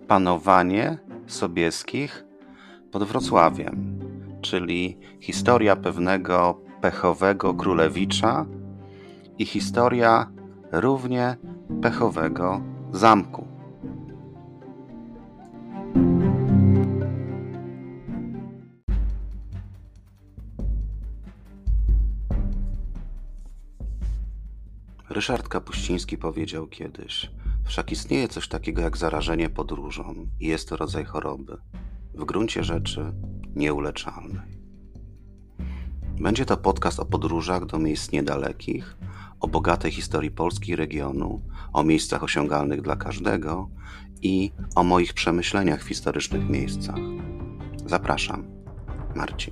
Panowanie Sobieskich pod Wrocławiem, czyli historia pewnego pechowego królewicza i historia równie pechowego zamku. Ryszard Kapuściński powiedział kiedyś: wszak istnieje coś takiego jak zarażenie podróżą i jest to rodzaj choroby, w gruncie rzeczy nieuleczalnej. Będzie to podcast o podróżach do miejsc niedalekich, o bogatej historii Polski i regionu, o miejscach osiągalnych dla każdego i o moich przemyśleniach w historycznych miejscach. Zapraszam, Marcin.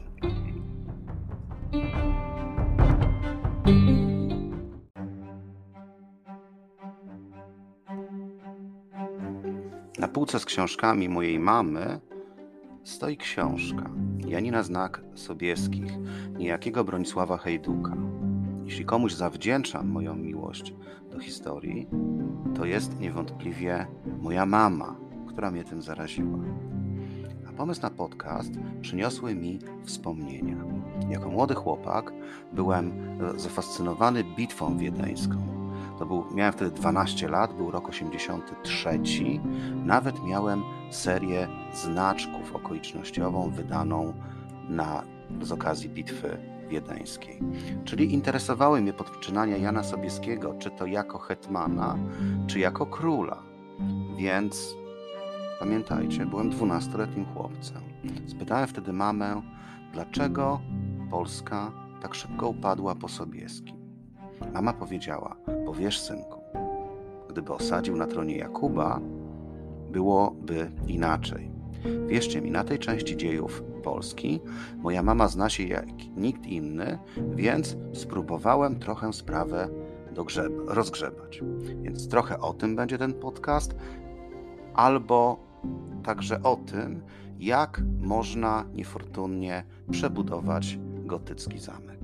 Na półce z książkami mojej mamy stoi książka Janina Znak Sobieskich, niejakiego Bronisława Hejduka. Jeśli komuś zawdzięczam moją miłość do historii, to jest niewątpliwie moja mama, która mnie tym zaraziła. A pomysł na podcast przyniosły mi wspomnienia. Jako młody chłopak byłem zafascynowany bitwą wiedeńską. Miałem wtedy 12 lat, był rok 83. Nawet miałem serię znaczków okolicznościową wydaną z okazji bitwy wiedeńskiej. Czyli interesowały mnie podczynania Jana Sobieskiego, czy to jako hetmana, czy jako króla. Więc pamiętajcie, byłem 12-letnim chłopcem. Spytałem wtedy mamę, dlaczego Polska tak szybko upadła po Sobieskim. Mama powiedziała: bo wiesz, synku, gdyby osadził na tronie Jakuba, byłoby inaczej. Wierzcie mi, na tej części dziejów Polski moja mama zna się jak nikt inny, więc spróbowałem trochę sprawę rozgrzebać. Więc trochę o tym będzie ten podcast, albo także o tym, jak można niefortunnie przebudować gotycki zamek.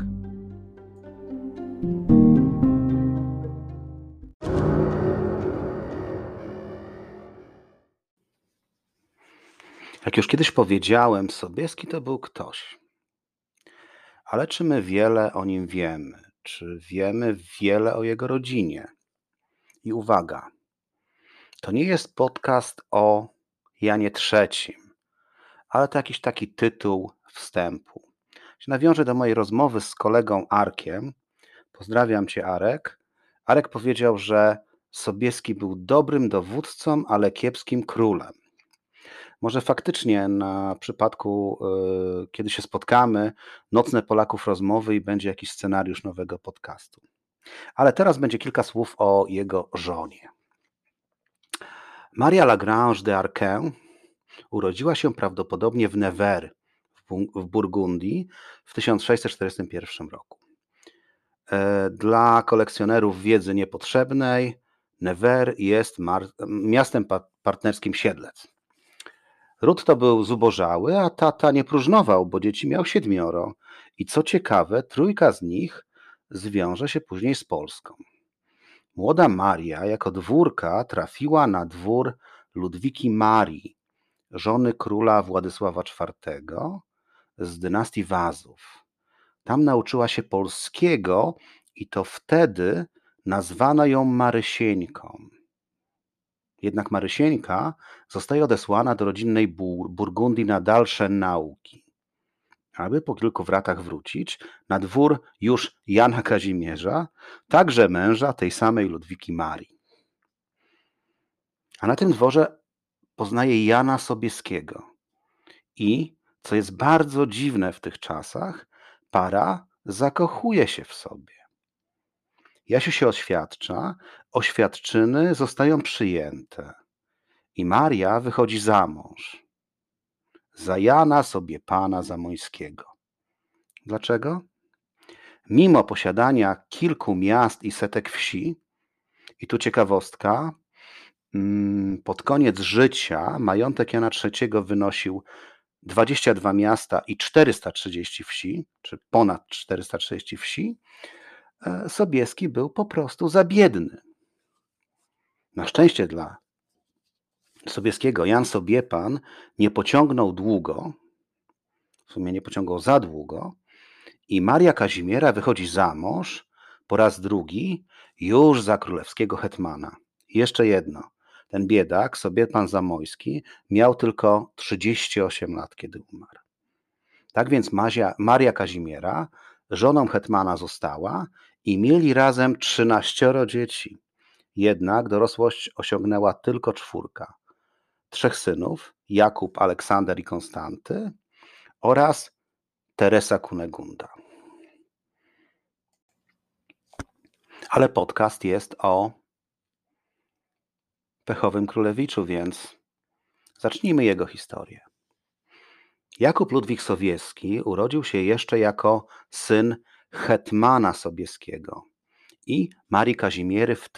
Jak już kiedyś powiedziałem, Sobieski to był ktoś. Ale czy my wiele o nim wiemy? Czy wiemy wiele o jego rodzinie? I uwaga, to nie jest podcast o Janie III, ale to jakiś taki tytuł wstępu. Nawiążę do mojej rozmowy z kolegą Arkiem. Pozdrawiam Cię, Arek. Arek powiedział, że Sobieski był dobrym dowódcą, ale kiepskim królem. Może faktycznie na przypadku, kiedy się spotkamy, nocne Polaków rozmowy i będzie jakiś scenariusz nowego podcastu. Ale teraz będzie kilka słów o jego żonie. Maria Lagrange de Arquin urodziła się prawdopodobnie w Nevers w Burgundii w 1641 roku. Dla kolekcjonerów wiedzy niepotrzebnej, Nevers jest miastem partnerskim Siedlec. Ród to był zubożały, a tata nie próżnował, bo dzieci miał 7. I co ciekawe, 3 z nich zwiąże się później z Polską. Młoda Maria jako dwórka trafiła na dwór Ludwiki Marii, żony króla Władysława IV z dynastii Wazów. Tam nauczyła się polskiego i to wtedy nazwano ją Marysieńką. Jednak Marysieńka zostaje odesłana do rodzinnej Burgundii na dalsze nauki, aby po kilku latach wrócić na dwór już Jana Kazimierza, także męża tej samej Ludwiki Marii. A na tym dworze poznaje Jana Sobieskiego i, co jest bardzo dziwne w tych czasach, para zakochuje się w sobie. Jasiu się oświadcza, oświadczyny zostają przyjęte i Maria wychodzi za mąż. Za Jana sobie pana Zamoyskiego. Dlaczego? Mimo posiadania kilku miast i setek wsi, i tu ciekawostka, pod koniec życia majątek Jana III wynosił 22 miasta i 430 wsi, czy ponad 430 wsi, Sobieski był po prostu za biedny. Na szczęście dla Sobieskiego Jan Sobiepan nie pociągnął długo, w sumie nie pociągał za długo, i Maria Kazimiera wychodzi za mąż po raz drugi już za królewskiego hetmana. Jeszcze jedno. Ten biedak, Sobiepan Zamojski, miał tylko 38 lat, kiedy umarł. Tak więc Maria Kazimiera żoną hetmana została i mieli razem 13 dzieci. Jednak dorosłość osiągnęła tylko 4. 3 synów, Jakub, Aleksander i Konstanty oraz Teresa Kunegunda. Ale podcast jest o pechowym królewiczu, więc zacznijmy jego historię. Jakub Ludwik Sobieski urodził się jeszcze jako syn hetmana Sobieskiego i Marii Kazimiery w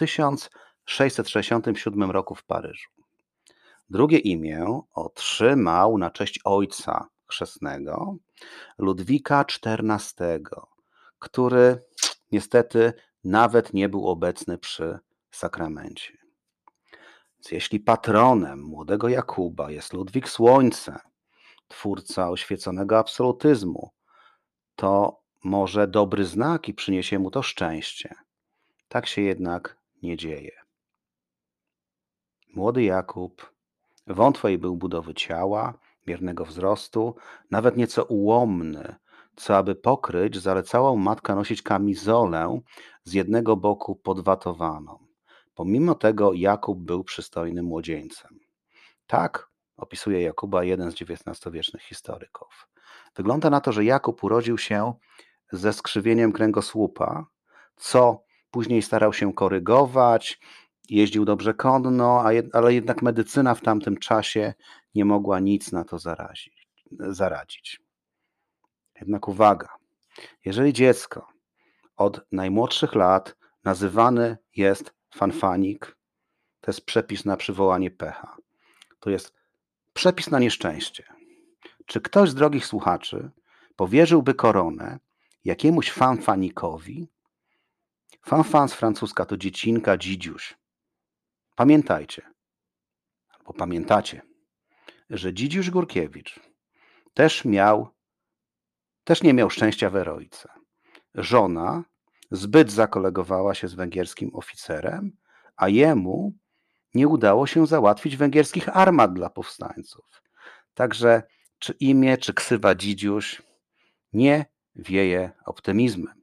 1667 roku w Paryżu. Drugie imię otrzymał na cześć ojca chrzestnego, Ludwika XIV, który niestety nawet nie był obecny przy sakramencie. Więc jeśli patronem młodego Jakuba jest Ludwik Słońce, twórca oświeconego absolutyzmu, to może dobry znak i przyniesie mu to szczęście. Tak się jednak nie dzieje. Młody Jakub wątłej był budowy ciała, miernego wzrostu, nawet nieco ułomny, co aby pokryć, zalecała mu matka nosić kamizolę z jednego boku podwatowaną. Pomimo tego Jakub był przystojnym młodzieńcem. Tak opisuje Jakuba jeden z XIX-wiecznych historyków. Wygląda na to, że Jakub urodził się ze skrzywieniem kręgosłupa, co później starał się korygować, jeździł dobrze konno, ale jednak medycyna w tamtym czasie nie mogła nic na to zaradzić. Jednak uwaga, jeżeli dziecko od najmłodszych lat nazywany jest fanfanik, to jest przepis na przywołanie pecha. To jest przepis na nieszczęście. Czy ktoś z drogich słuchaczy powierzyłby koronę jakiemuś fanfanikowi? Fanfan z francuska to dziecinka, dzidziuś. Pamiętajcie, albo pamiętacie, że Dzidziusz Górkiewicz też nie miał szczęścia w eroice. Żona zbyt zakolegowała się z węgierskim oficerem, a jemu nie udało się załatwić węgierskich armat dla powstańców. Także czy imię, czy ksywa Dzidziuś nie wieje optymizmem.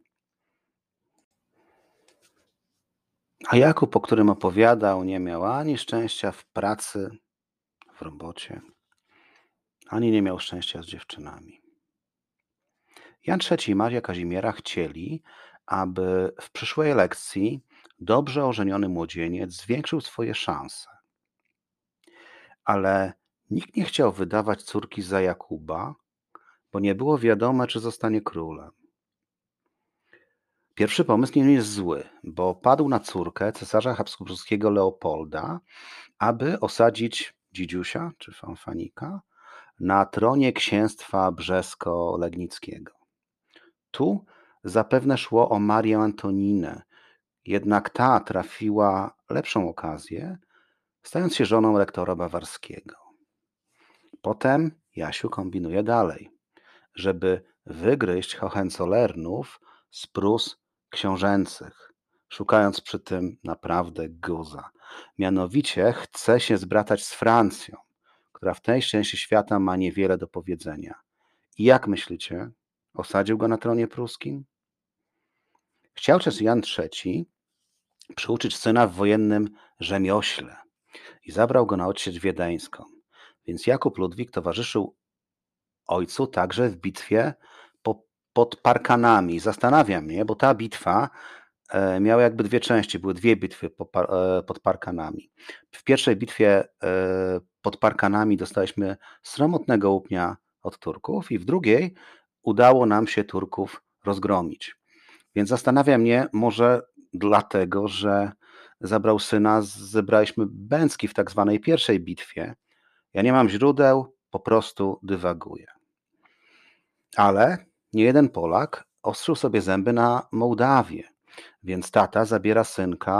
A Jakub, o którym opowiadał, nie miał ani szczęścia w pracy, w robocie, ani nie miał szczęścia z dziewczynami. Jan III i Maria Kazimiera chcieli, aby w przyszłej lekcji dobrze ożeniony młodzieniec zwiększył swoje szanse. Ale nikt nie chciał wydawać córki za Jakuba, bo nie było wiadome, czy zostanie królem. Pierwszy pomysł nie jest zły, bo padł na córkę cesarza habsburskiego Leopolda, aby osadzić dzidziusia, czy fanfanika, na tronie księstwa brzesko-legnickiego. Tu zapewne szło o Marię Antoninę, jednak ta trafiła lepszą okazję, stając się żoną rektora bawarskiego. Potem Jasiu kombinuje dalej, żeby wygryźć Hohenzollernów z Prus książęcych, szukając przy tym naprawdę guza. Mianowicie chce się zbratać z Francją, która w tej części świata ma niewiele do powiedzenia. I jak myślicie, osadził go na tronie pruskim? Chciał też Jan III przyuczyć syna w wojennym rzemiośle i zabrał go na odsiecz wiedeńską. Więc Jakub Ludwik towarzyszył ojcu także w bitwie pod Parkanami. Zastanawia mnie, bo ta bitwa miała jakby dwie części, były dwie bitwy pod Parkanami. W pierwszej bitwie pod Parkanami dostaliśmy sromotnego łupnia od Turków i w drugiej udało nam się Turków rozgromić. Więc zastanawia mnie, może dlatego, że zabrał syna, zebraliśmy bęcki w tak zwanej pierwszej bitwie. Ja nie mam źródeł, po prostu dywaguję. Ale nie jeden Polak ostrzył sobie zęby na Mołdawię, więc tata zabiera synka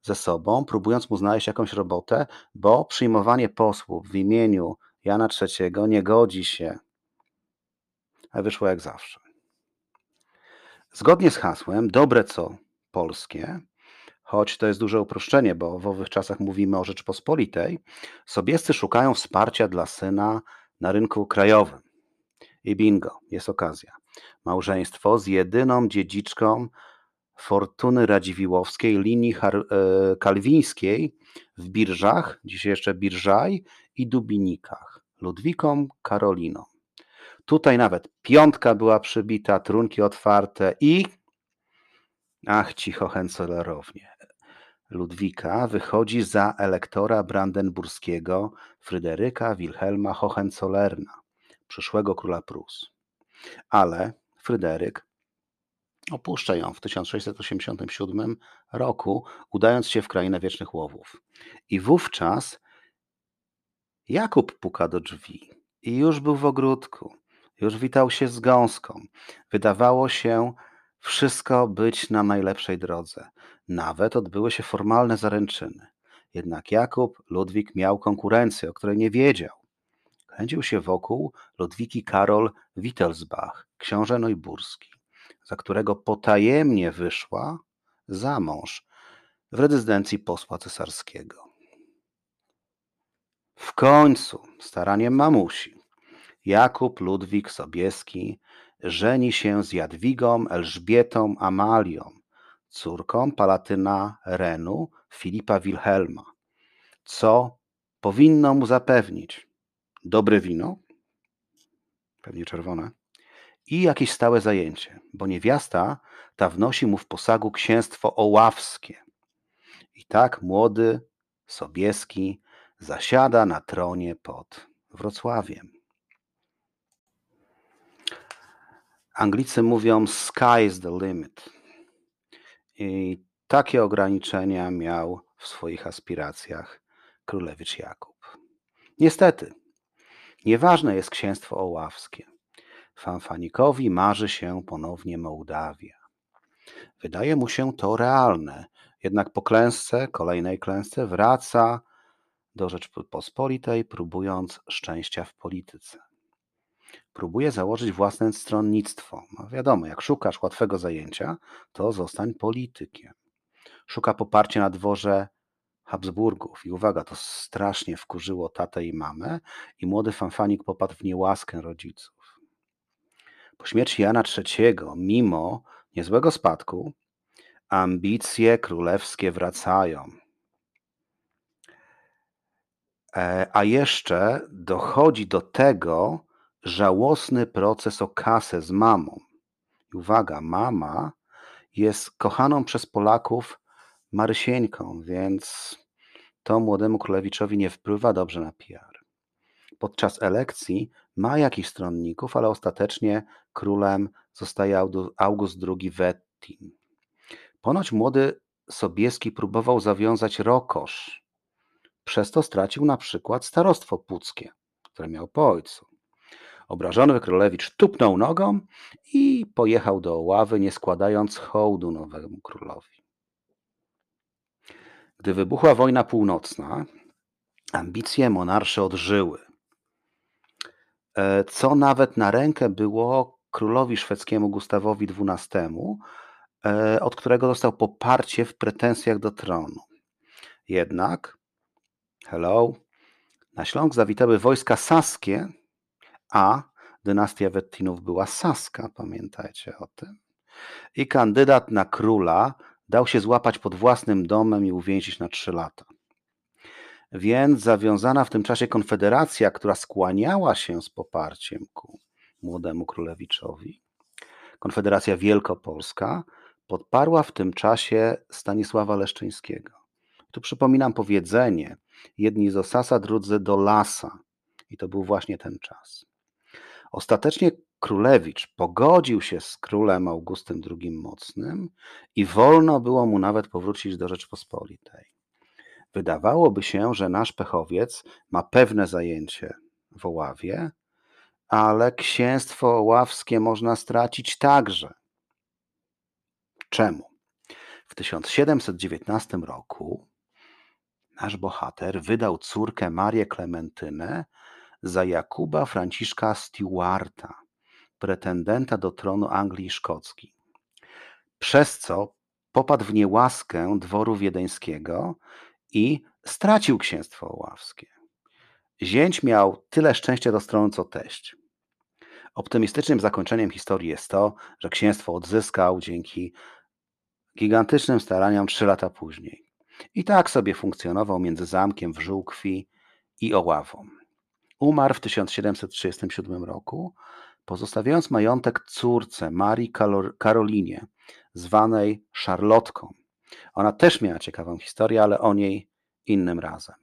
ze sobą, próbując mu znaleźć jakąś robotę, bo przyjmowanie posłów w imieniu Jana III nie godzi się. A wyszło jak zawsze. Zgodnie z hasłem dobre co polskie, choć to jest duże uproszczenie, bo w owych czasach mówimy o Rzeczypospolitej, Sobiescy szukają wsparcia dla syna na rynku krajowym. I bingo, jest okazja. Małżeństwo z jedyną dziedziczką fortuny radziwiłłowskiej linii kalwińskiej w Birżach, dzisiaj jeszcze Birżaj, i Dubinikach, Ludwiką Karoliną. Tutaj nawet piątka była przybita, trunki otwarte i... Ach, ci Hohenzollerownie. Ludwika wychodzi za elektora brandenburskiego Fryderyka Wilhelma Hohenzollerna, przyszłego króla Prus. Ale Fryderyk opuszcza ją w 1687 roku, udając się w krainę wiecznych łowów. I wówczas Jakub puka do drzwi i już był w ogródku, już witał się z gąską. Wydawało się wszystko być na najlepszej drodze. Nawet odbyły się formalne zaręczyny. Jednak Jakub Ludwik miał konkurencję, o której nie wiedział. Kręcił się wokół Ludwiki Karol Wittelsbach, książę Neuburski, za którego potajemnie wyszła za mąż w rezydencji posła cesarskiego. W końcu, staraniem mamusi, Jakub Ludwik Sobieski żeni się z Jadwigą Elżbietą Amalią, córką palatyna Renu Filipa Wilhelma, co powinno mu zapewnić dobre wino, pewnie czerwone, i jakieś stałe zajęcie, bo niewiasta ta wnosi mu w posagu księstwo oławskie. I tak młody Sobieski zasiada na tronie pod Wrocławiem. Anglicy mówią sky's the limit. I takie ograniczenia miał w swoich aspiracjach królewicz Jakub. Niestety, nieważne jest księstwo oławskie. Fanfanikowi marzy się ponownie Mołdawia. Wydaje mu się to realne, jednak po kolejnej klęsce wraca do Rzeczypospolitej, próbując szczęścia w polityce. Próbuje założyć własne stronnictwo. No wiadomo, jak szukasz łatwego zajęcia, to zostań politykiem. Szuka poparcia na dworze Habsburgów. I uwaga, to strasznie wkurzyło tatę i mamę i młody fanfanik popadł w niełaskę rodziców. Po śmierci Jana III, mimo niezłego spadku, ambicje królewskie wracają. A jeszcze dochodzi do tego żałosny proces o kasę z mamą. I uwaga, mama jest kochaną przez Polaków Marysieńką, więc to młodemu królewiczowi nie wpływa dobrze na PR. Podczas elekcji ma jakichś stronników, ale ostatecznie królem zostaje August II Wettin. Ponoć młody Sobieski próbował zawiązać rokosz. Przez to stracił na przykład starostwo puckie, które miał po ojcu. Obrażony królewicz tupnął nogą i pojechał do Oławy, nie składając hołdu nowemu królowi. Gdy wybuchła wojna północna, ambicje monarszy odżyły, co nawet na rękę było królowi szwedzkiemu Gustawowi XII, od którego dostał poparcie w pretensjach do tronu. Jednak, na Śląsk zawitały wojska saskie, a dynastia Wettinów była saska, pamiętajcie o tym. I kandydat na króla dał się złapać pod własnym domem i uwięzić na 3 lata. Więc zawiązana w tym czasie konfederacja, która skłaniała się z poparciem ku młodemu królewiczowi, Konfederacja Wielkopolska, podparła w tym czasie Stanisława Leszczyńskiego. Tu przypominam powiedzenie: jedni do Sasa, drudzy do lasa. I to był właśnie ten czas. Ostatecznie królewicz pogodził się z królem Augustym II Mocnym i wolno było mu nawet powrócić do Rzeczpospolitej. Wydawałoby się, że nasz pechowiec ma pewne zajęcie w Oławie, ale księstwo oławskie można stracić także. Czemu? W W 1719 roku nasz bohater wydał córkę Marię Klementynę za Jakuba Franciszka Stewarta, pretendenta do tronu Anglii Szkockiej, przez co popadł w niełaskę dworu wiedeńskiego i stracił księstwo oławskie. Zięć miał tyle szczęścia do strony, co teść. Optymistycznym zakończeniem historii jest to, że księstwo odzyskał dzięki gigantycznym staraniom 3 lata później. I tak sobie funkcjonował między zamkiem w Żółkwi i Oławą. Umarł w 1737 roku, pozostawiając majątek córce Marii Karolinie, zwanej Szarlotką. Ona też miała ciekawą historię, ale o niej innym razem.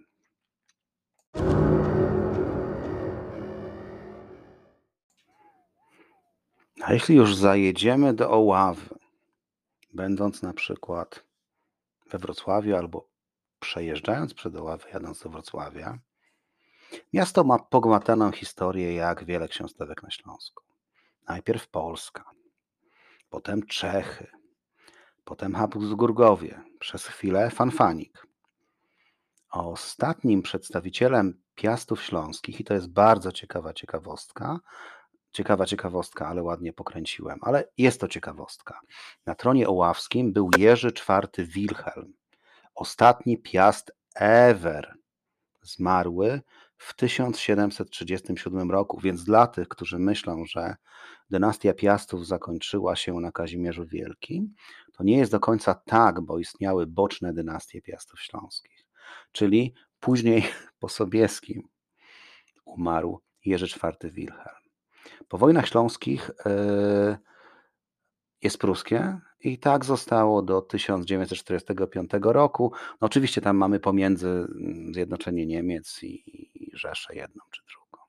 A jeśli już zajedziemy do Oławy, będąc na przykład we Wrocławiu albo przejeżdżając przed Oławę, jadąc do Wrocławia, miasto ma pogmataną historię jak wiele książątek na Śląsku. Najpierw Polska, potem Czechy, potem Habsburgowie, przez chwilę Fanfanik. Ostatnim przedstawicielem Piastów Śląskich, i to jest bardzo ciekawa ciekawostka, ale ładnie pokręciłem, ale jest to ciekawostka. Na tronie oławskim był Jerzy IV Wilhelm, ostatni Piast ever, zmarły w 1737 roku, więc dla tych, którzy myślą, że dynastia Piastów zakończyła się na Kazimierzu Wielkim, to nie jest do końca tak, bo istniały boczne dynastie Piastów Śląskich. Czyli później po Sobieskim umarł Jerzy IV Wilhelm. Po wojnach śląskich jest pruskie i tak zostało do 1945 roku. No oczywiście tam mamy pomiędzy zjednoczenie Niemiec i Rzeszę jedną czy drugą.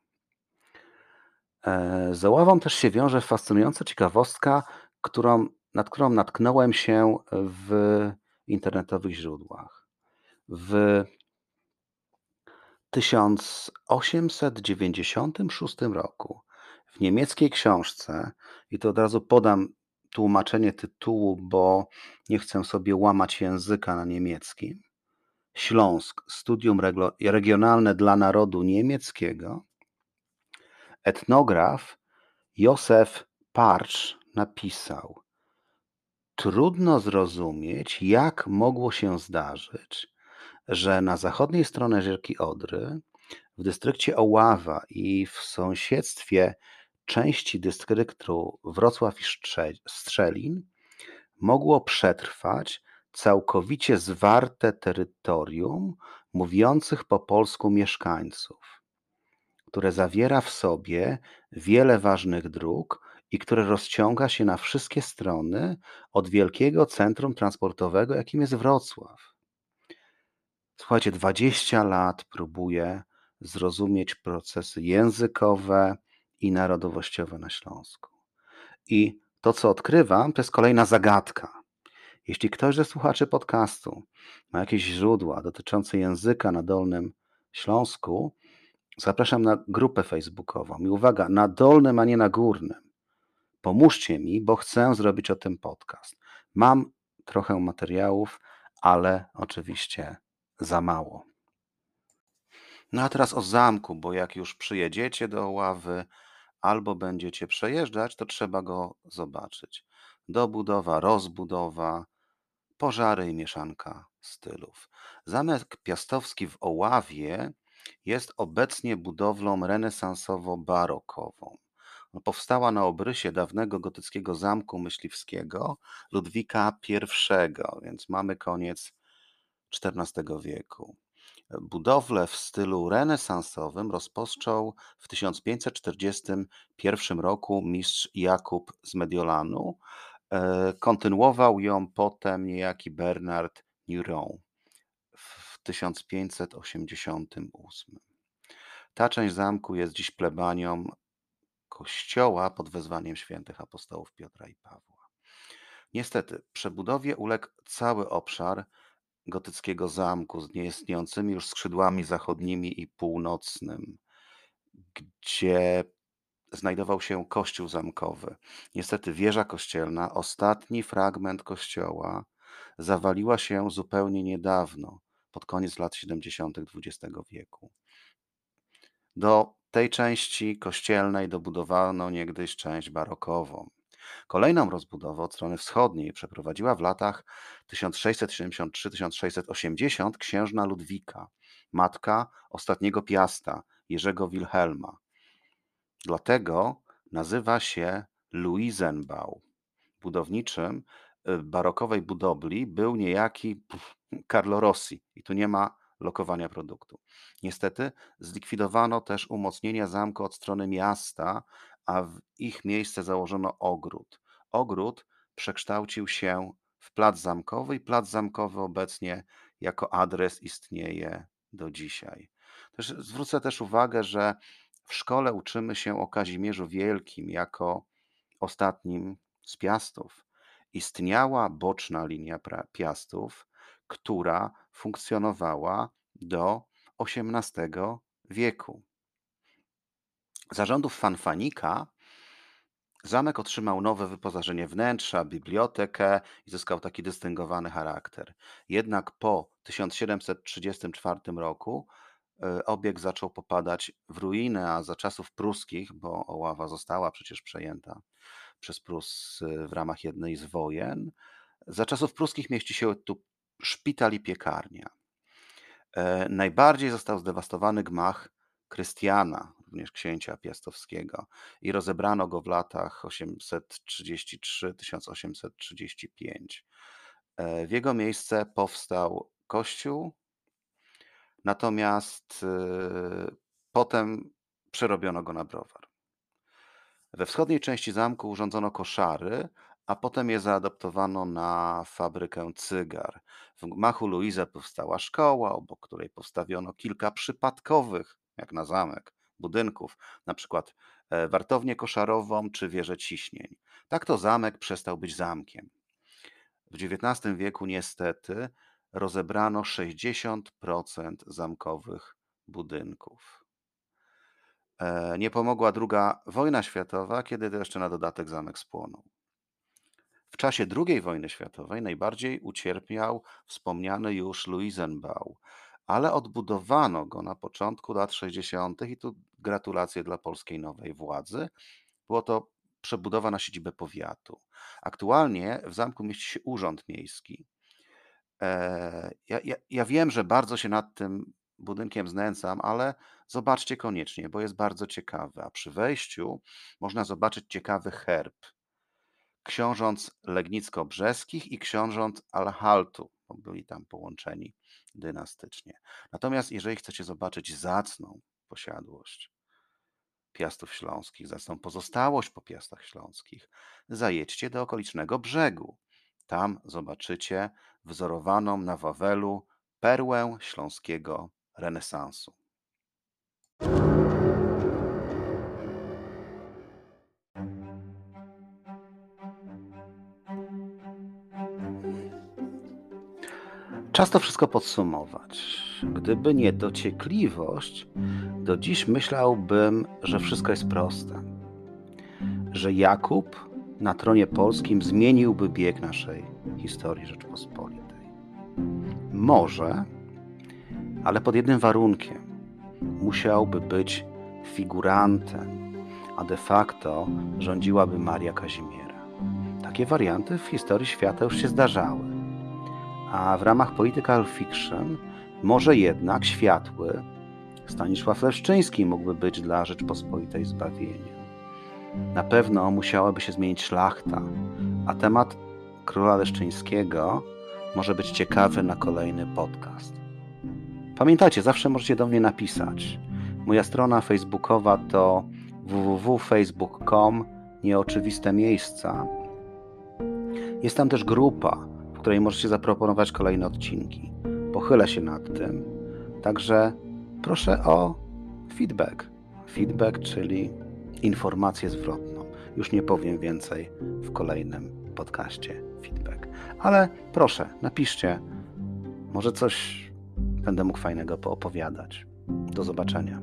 Z Oławą też się wiąże fascynująca ciekawostka, nad którą natknąłem się w internetowych źródłach. W 1896 roku w niemieckiej książce, i to od razu podam tłumaczenie tytułu, bo nie chcę sobie łamać języka na niemieckim. Śląsk, studium regionalne dla narodu niemieckiego. Etnograf Józef Parcz napisał: trudno zrozumieć, jak mogło się zdarzyć, że na zachodniej stronie rzeki Odry, w dystrykcie Oława i w sąsiedztwie części dystryktu Wrocław i Strzelin mogło przetrwać całkowicie zwarte terytorium mówiących po polsku mieszkańców, które zawiera w sobie wiele ważnych dróg i które rozciąga się na wszystkie strony od wielkiego centrum transportowego, jakim jest Wrocław. Słuchajcie, 20 lat próbuję zrozumieć procesy językowe i narodowościowe na Śląsku. I to, co odkrywam, to jest kolejna zagadka. Jeśli ktoś ze słuchaczy podcastu ma jakieś źródła dotyczące języka na Dolnym Śląsku, zapraszam na grupę facebookową. I uwaga, na Dolnym, a nie na Górnym. Pomóżcie mi, bo chcę zrobić o tym podcast. Mam trochę materiałów, ale oczywiście za mało. No a teraz o zamku, bo jak już przyjedziecie do Oławy albo będziecie przejeżdżać, to trzeba go zobaczyć. Dobudowa, rozbudowa, pożary i mieszanka stylów. Zamek Piastowski w Oławie jest obecnie budowlą renesansowo-barokową. Powstała na obrysie dawnego gotyckiego zamku myśliwskiego Ludwika I, więc mamy koniec XIV wieku. Budowlę w stylu renesansowym rozpoczął w 1541 roku mistrz Jakub z Mediolanu. Kontynuował ją potem niejaki Bernard Nuron w 1588. Ta część zamku jest dziś plebanią kościoła pod wezwaniem świętych apostołów Piotra i Pawła. Niestety, przebudowie uległ cały obszar gotyckiego zamku z nieistniejącymi już skrzydłami zachodnimi i północnym, gdzie znajdował się kościół zamkowy. Niestety wieża kościelna, ostatni fragment kościoła, zawaliła się zupełnie niedawno, pod koniec lat 70. XX wieku. Do tej części kościelnej dobudowano niegdyś część barokową. Kolejną rozbudowę od strony wschodniej przeprowadziła w latach 1673-1680 księżna Ludwika, matka ostatniego Piasta, Jerzego Wilhelma. Dlatego nazywa się Luisenbau. Budowniczym barokowej budowli był niejaki Carlo Rossi i tu nie ma lokowania produktu. Niestety zlikwidowano też umocnienia zamku od strony miasta, a w ich miejsce założono ogród. Ogród przekształcił się w plac zamkowy i plac zamkowy obecnie jako adres istnieje do dzisiaj. Zwrócę też uwagę, że w szkole uczymy się o Kazimierzu Wielkim jako ostatnim z Piastów. Istniała boczna linia Piastów, która funkcjonowała do XVIII wieku. Za rządów Fanfanika zamek otrzymał nowe wyposażenie wnętrza, bibliotekę i zyskał taki dystyngowany charakter. Jednak po 1734 roku obiekt zaczął popadać w ruinę, a za czasów pruskich, bo Oława została przecież przejęta przez Prus w ramach jednej z wojen, za czasów pruskich mieści się tu szpital i piekarnia. Najbardziej został zdewastowany gmach Krystiana, również księcia piastowskiego, i rozebrano go w latach 833-1835. W jego miejsce powstał kościół, natomiast potem przerobiono go na browar. We wschodniej części zamku urządzono koszary, a potem je zaadaptowano na fabrykę cygar. W gmachu Luiza powstała szkoła, obok której postawiono kilka przypadkowych, jak na zamek, budynków, na przykład wartownię koszarową czy wieżę ciśnień. Tak to zamek przestał być zamkiem. W XIX wieku niestety rozebrano 60% zamkowych budynków. Nie pomogła II wojna światowa, kiedy to jeszcze na dodatek zamek spłonął. W czasie II wojny światowej najbardziej ucierpiał wspomniany już Luisenbau, ale odbudowano go na początku lat 60. i tu gratulacje dla polskiej nowej władzy. Było to przebudowa na siedzibę powiatu. Aktualnie w zamku mieści się urząd miejski. Ja wiem, że bardzo się nad tym budynkiem znęcam, ale zobaczcie koniecznie, bo jest bardzo ciekawy. A przy wejściu można zobaczyć ciekawy herb książąt legnicko-brzeskich i książąt Alhaltu, bo byli tam połączeni dynastycznie. Natomiast jeżeli chcecie zobaczyć zacną posiadłość Piastów Śląskich, zacną pozostałość po Piastach Śląskich, zajedźcie do okolicznego brzegu. Tam zobaczycie wzorowaną na Wawelu perłę śląskiego renesansu. Czas to wszystko podsumować. Gdyby nie dociekliwość, do dziś myślałbym, że wszystko jest proste. Że Jakub na tronie polskim zmieniłby bieg naszej historii Rzeczpospolitej. Może, ale pod jednym warunkiem. Musiałby być figurantem, a de facto rządziłaby Maria Kazimiera. Takie warianty w historii świata już się zdarzały. A w ramach political fiction może jednak światły Stanisław Leszczyński mógłby być dla Rzeczpospolitej zbawieniem. Na pewno musiałaby się zmienić szlachta, a temat króla Leszczyńskiego może być ciekawy na kolejny podcast. Pamiętajcie, zawsze możecie do mnie napisać. Moja strona facebookowa to www.facebook.com/nieoczywiste miejsca. Jest tam też grupa, w której możecie zaproponować kolejne odcinki. Pochylę się nad tym. Także proszę o feedback. Feedback, czyli informację zwrotną. Już nie powiem więcej w kolejnym podcaście feedback. Ale proszę, napiszcie. Może coś będę mógł fajnego poopowiadać. Do zobaczenia.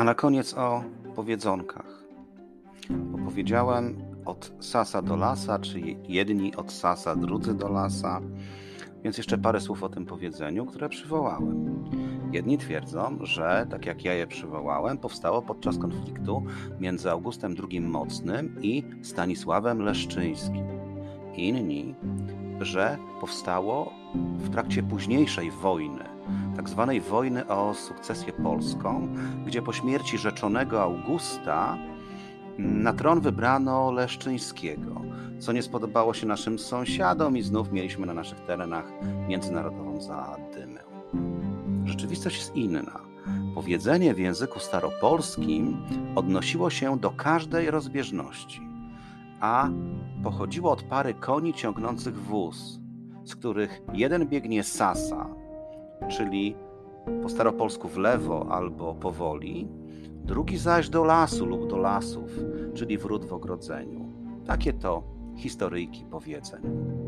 na koniec o powiedzonkach. Opowiedziałem od sasa do lasa, czy jedni od sasa, drudzy do lasa, więc jeszcze parę słów o tym powiedzeniu, które przywołałem. Jedni twierdzą, że, tak jak ja je przywołałem, powstało podczas konfliktu między Augustem II Mocnym i Stanisławem Leszczyńskim. Inni, że powstało w trakcie późniejszej wojny, tak zwanej wojny o sukcesję polską, gdzie po śmierci rzeczonego Augusta na tron wybrano Leszczyńskiego, co nie spodobało się naszym sąsiadom i znów mieliśmy na naszych terenach międzynarodową zadymę. Rzeczywistość jest inna. Powiedzenie w języku staropolskim odnosiło się do każdej rozbieżności, a pochodziło od pary koni ciągnących wóz, z których jeden biegnie sasa, czyli po staropolsku w lewo albo powoli, drugi zaś do lasu lub do lasów, czyli wrót w ogrodzeniu. Takie to historyjki powiedzeń.